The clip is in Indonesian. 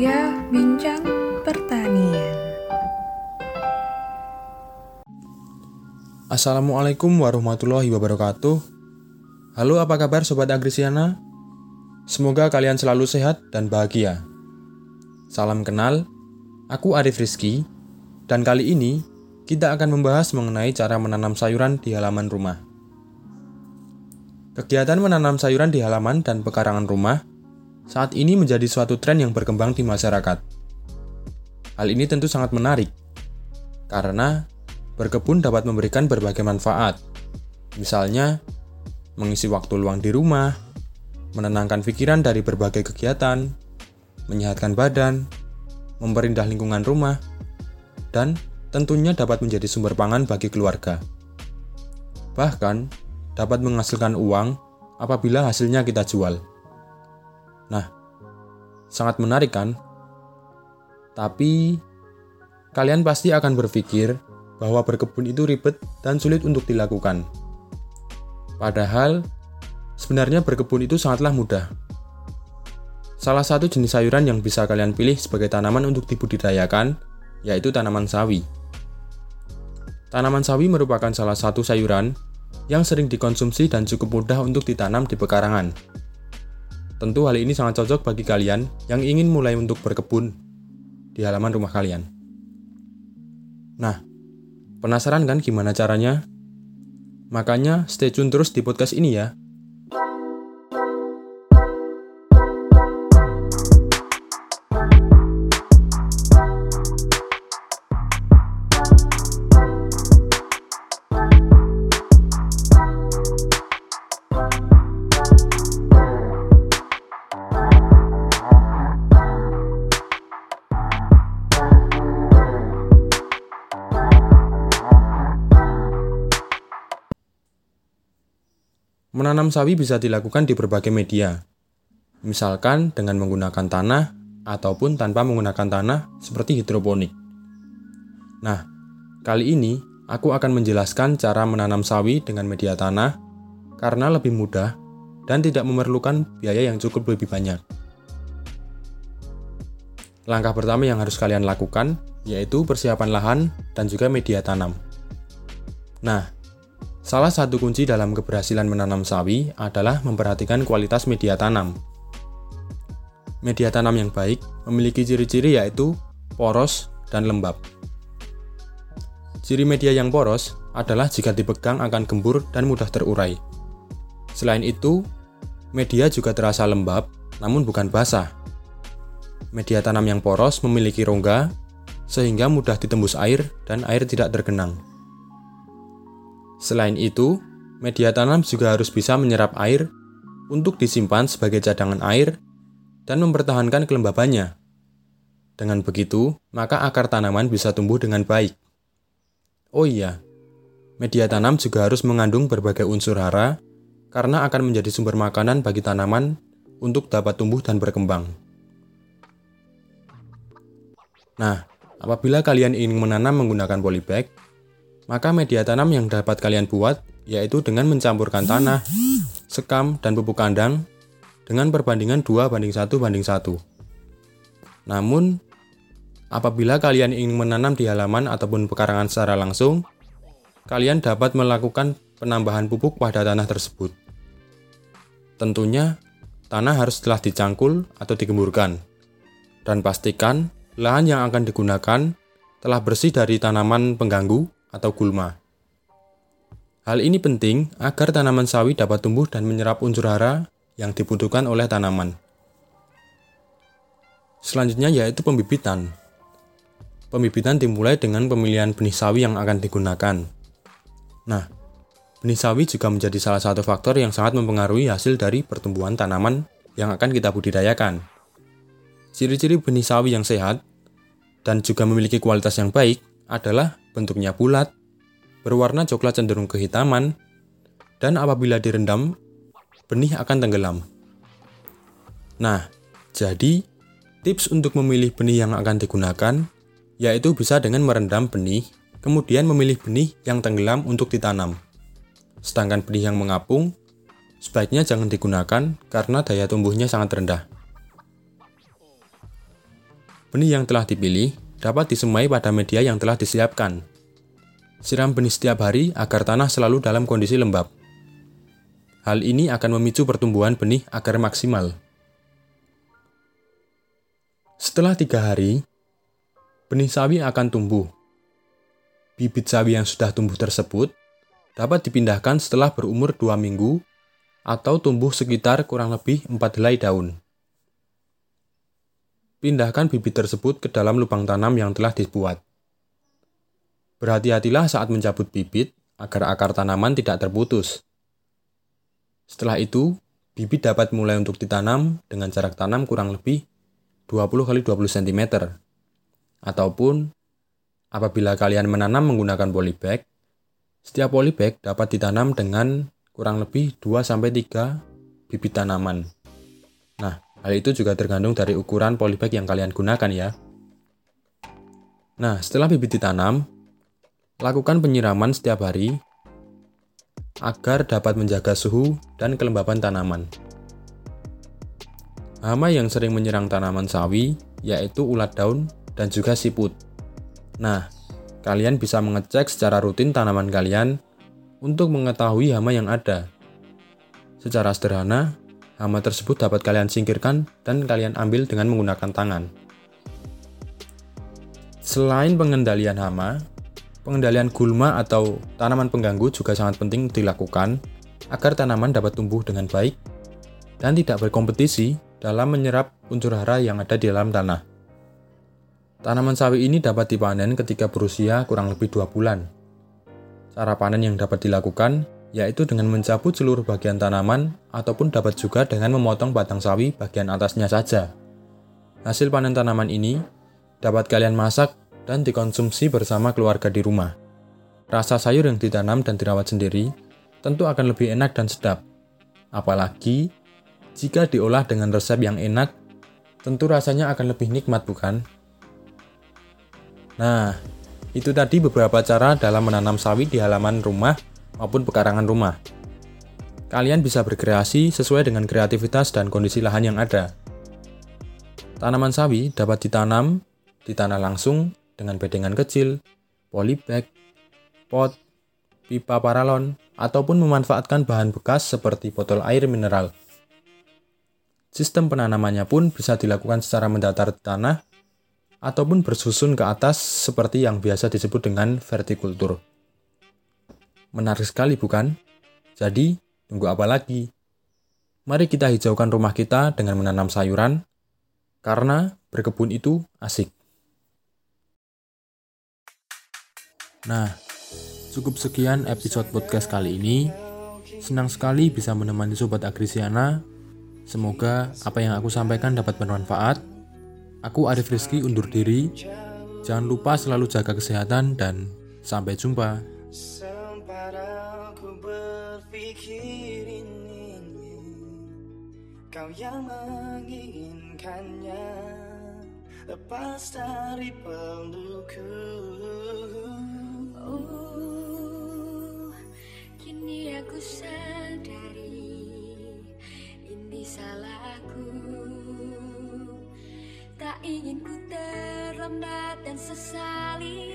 Surya Bincang Pertanian. Assalamualaikum warahmatullahi wabarakatuh. Halo, apa kabar Sobat Agrisiana? Semoga kalian selalu sehat dan bahagia. Salam kenal, aku Arif Rizky, dan kali ini kita akan membahas mengenai cara menanam sayuran di halaman rumah. Kegiatan menanam sayuran di halaman dan pekarangan rumah saat ini menjadi suatu tren yang berkembang di masyarakat. Hal ini tentu sangat menarik, karena berkebun dapat memberikan berbagai manfaat. Misalnya, mengisi waktu luang di rumah, menenangkan pikiran dari berbagai kegiatan, menyehatkan badan, memperindah lingkungan rumah, dan tentunya dapat menjadi sumber pangan bagi keluarga. Bahkan, dapat menghasilkan uang apabila hasilnya kita jual. Nah, sangat menarik kan? Tapi, kalian pasti akan berpikir bahwa berkebun itu ribet dan sulit untuk dilakukan. Padahal, sebenarnya berkebun itu sangatlah mudah. Salah satu jenis sayuran yang bisa kalian pilih sebagai tanaman untuk dibudidayakan, yaitu tanaman sawi. Tanaman sawi merupakan salah satu sayuran yang sering dikonsumsi dan cukup mudah untuk ditanam di pekarangan. Tentu hal ini sangat cocok bagi kalian yang ingin mulai untuk berkebun di halaman rumah kalian. Nah, penasaran kan gimana caranya? Makanya stay tune terus di podcast ini ya. Menanam sawi bisa dilakukan di berbagai media, misalkan dengan menggunakan tanah ataupun tanpa menggunakan tanah seperti hidroponik. Nah, kali ini aku akan menjelaskan cara menanam sawi dengan media tanah karena lebih mudah dan tidak memerlukan biaya yang cukup lebih banyak. Langkah pertama yang harus kalian lakukan yaitu persiapan lahan dan juga media tanam. Nah, salah satu kunci dalam keberhasilan menanam sawi adalah memperhatikan kualitas media tanam. Media tanam yang baik memiliki ciri-ciri yaitu poros dan lembab. Ciri media yang poros adalah jika dipegang akan gembur dan mudah terurai. Selain itu, media juga terasa lembab namun bukan basah. Media tanam yang poros memiliki rongga sehingga mudah ditembus air dan air tidak tergenang. Selain itu, media tanam juga harus bisa menyerap air untuk disimpan sebagai cadangan air dan mempertahankan kelembabannya. Dengan begitu, maka akar tanaman bisa tumbuh dengan baik. Oh iya, media tanam juga harus mengandung berbagai unsur hara karena akan menjadi sumber makanan bagi tanaman untuk dapat tumbuh dan berkembang. Nah, apabila kalian ingin menanam menggunakan polybag, maka media tanam yang dapat kalian buat yaitu dengan mencampurkan tanah, sekam, dan pupuk kandang dengan perbandingan 2:1:1. Namun, apabila kalian ingin menanam di halaman ataupun pekarangan secara langsung, kalian dapat melakukan penambahan pupuk pada tanah tersebut. Tentunya, tanah harus telah dicangkul atau digemburkan, dan pastikan lahan yang akan digunakan telah bersih dari tanaman pengganggu atau gulma. Hal ini penting agar tanaman sawi dapat tumbuh dan menyerap unsur hara yang dibutuhkan oleh tanaman. Selanjutnya yaitu pembibitan. Pembibitan dimulai dengan pemilihan benih sawi yang akan digunakan. Nah, benih sawi juga menjadi salah satu faktor yang sangat mempengaruhi hasil dari pertumbuhan tanaman yang akan kita budidayakan. Ciri-ciri benih sawi yang sehat dan juga memiliki kualitas yang baik adalah bentuknya bulat, berwarna coklat cenderung kehitaman, dan apabila direndam, benih akan tenggelam. Nah, jadi tips untuk memilih benih yang akan digunakan, yaitu bisa dengan merendam benih, kemudian memilih benih yang tenggelam untuk ditanam. Sedangkan benih yang mengapung, sebaiknya jangan digunakan karena daya tumbuhnya sangat rendah. Benih yang telah dipilih dapat disemai pada media yang telah disiapkan. Siram benih setiap hari agar tanah selalu dalam kondisi lembab. Hal ini akan memicu pertumbuhan benih agar maksimal. Setelah 3 hari, benih sawi akan tumbuh. Bibit sawi yang sudah tumbuh tersebut dapat dipindahkan setelah berumur 2 minggu atau tumbuh sekitar kurang lebih 4 helai daun. Pindahkan bibit tersebut ke dalam lubang tanam yang telah dibuat. Berhati-hatilah saat mencabut bibit agar akar tanaman tidak terputus. Setelah itu, bibit dapat mulai untuk ditanam dengan jarak tanam kurang lebih 20 x 20 cm. Ataupun, apabila kalian menanam menggunakan polybag, setiap polybag dapat ditanam dengan kurang lebih 2-3 bibit tanaman. Nah, hal itu juga tergantung dari ukuran polybag yang kalian gunakan ya. Nah, setelah bibit ditanam, lakukan penyiraman setiap hari agar dapat menjaga suhu dan kelembaban tanaman. Hama yang sering menyerang tanaman sawi yaitu ulat daun dan juga siput. Nah, kalian bisa mengecek secara rutin tanaman kalian untuk mengetahui hama yang ada. Secara sederhana, hama tersebut dapat kalian singkirkan dan kalian ambil dengan menggunakan tangan. Selain pengendalian hama, pengendalian gulma atau tanaman pengganggu juga sangat penting dilakukan agar tanaman dapat tumbuh dengan baik dan tidak berkompetisi dalam menyerap unsur hara yang ada di dalam tanah. Tanaman sawi ini dapat dipanen ketika berusia kurang lebih 2 bulan. Cara panen yang dapat dilakukan yaitu dengan mencabut seluruh bagian tanaman ataupun dapat juga dengan memotong batang sawi bagian atasnya saja. Hasil panen tanaman ini dapat kalian masak dan dikonsumsi bersama keluarga di rumah. Rasa sayur yang ditanam dan dirawat sendiri tentu akan lebih enak dan sedap. Apalagi jika diolah dengan resep yang enak, tentu rasanya akan lebih nikmat, bukan? Nah, itu tadi beberapa cara dalam menanam sawi di halaman rumah maupun pekarangan rumah. Kalian bisa berkreasi sesuai dengan kreativitas dan kondisi lahan yang ada. Tanaman sawi dapat ditanam di tanah langsung dengan bedengan kecil, polybag, pot, pipa paralon, ataupun memanfaatkan bahan bekas seperti botol air mineral. Sistem penanamannya pun bisa dilakukan secara mendatar di tanah ataupun bersusun ke atas seperti yang biasa disebut dengan vertikultur. Menarik sekali bukan? Jadi, tunggu apa lagi? Mari kita hijaukan rumah kita dengan menanam sayuran, karena berkebun itu asik. Nah, cukup sekian episode podcast kali ini. Senang sekali bisa menemani Sobat Agrisiana. Semoga apa yang aku sampaikan dapat bermanfaat. Aku Arif Rizky undur diri. Jangan lupa selalu jaga kesehatan dan sampai jumpa. Sempat aku berpikir ini, kau yang menginginkannya, lepas dari pelukku. Oh, kini aku sadari ini salahku. Tak ingin ku terlambat dan sesali